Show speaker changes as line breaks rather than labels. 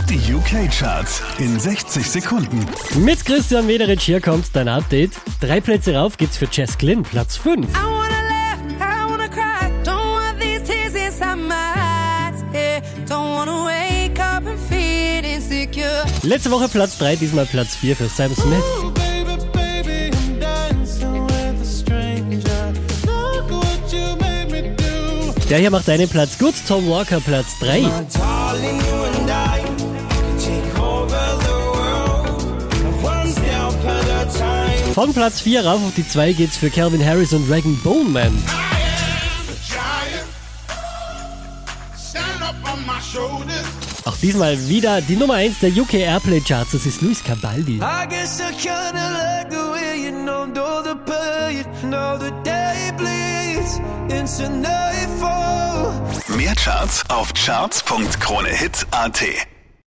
Die UK-Charts in 60 Sekunden.
Mit Christian Mederitsch, hier kommt dein Update. 3 Plätze rauf geht's für Jess Glynn, Platz 5. Letzte Woche Platz 3, diesmal Platz 4 für Sam Smith. Der hier macht einen Platz gut, Tom Walker Platz 3. Von Platz 4 rauf auf die 2 geht's für Calvin Harris und Rag & Bone Man. Auch diesmal wieder die Nummer 1 der UK Airplay Charts, das ist Luis Capaldi.
Mehr Charts auf charts.kronehit.at.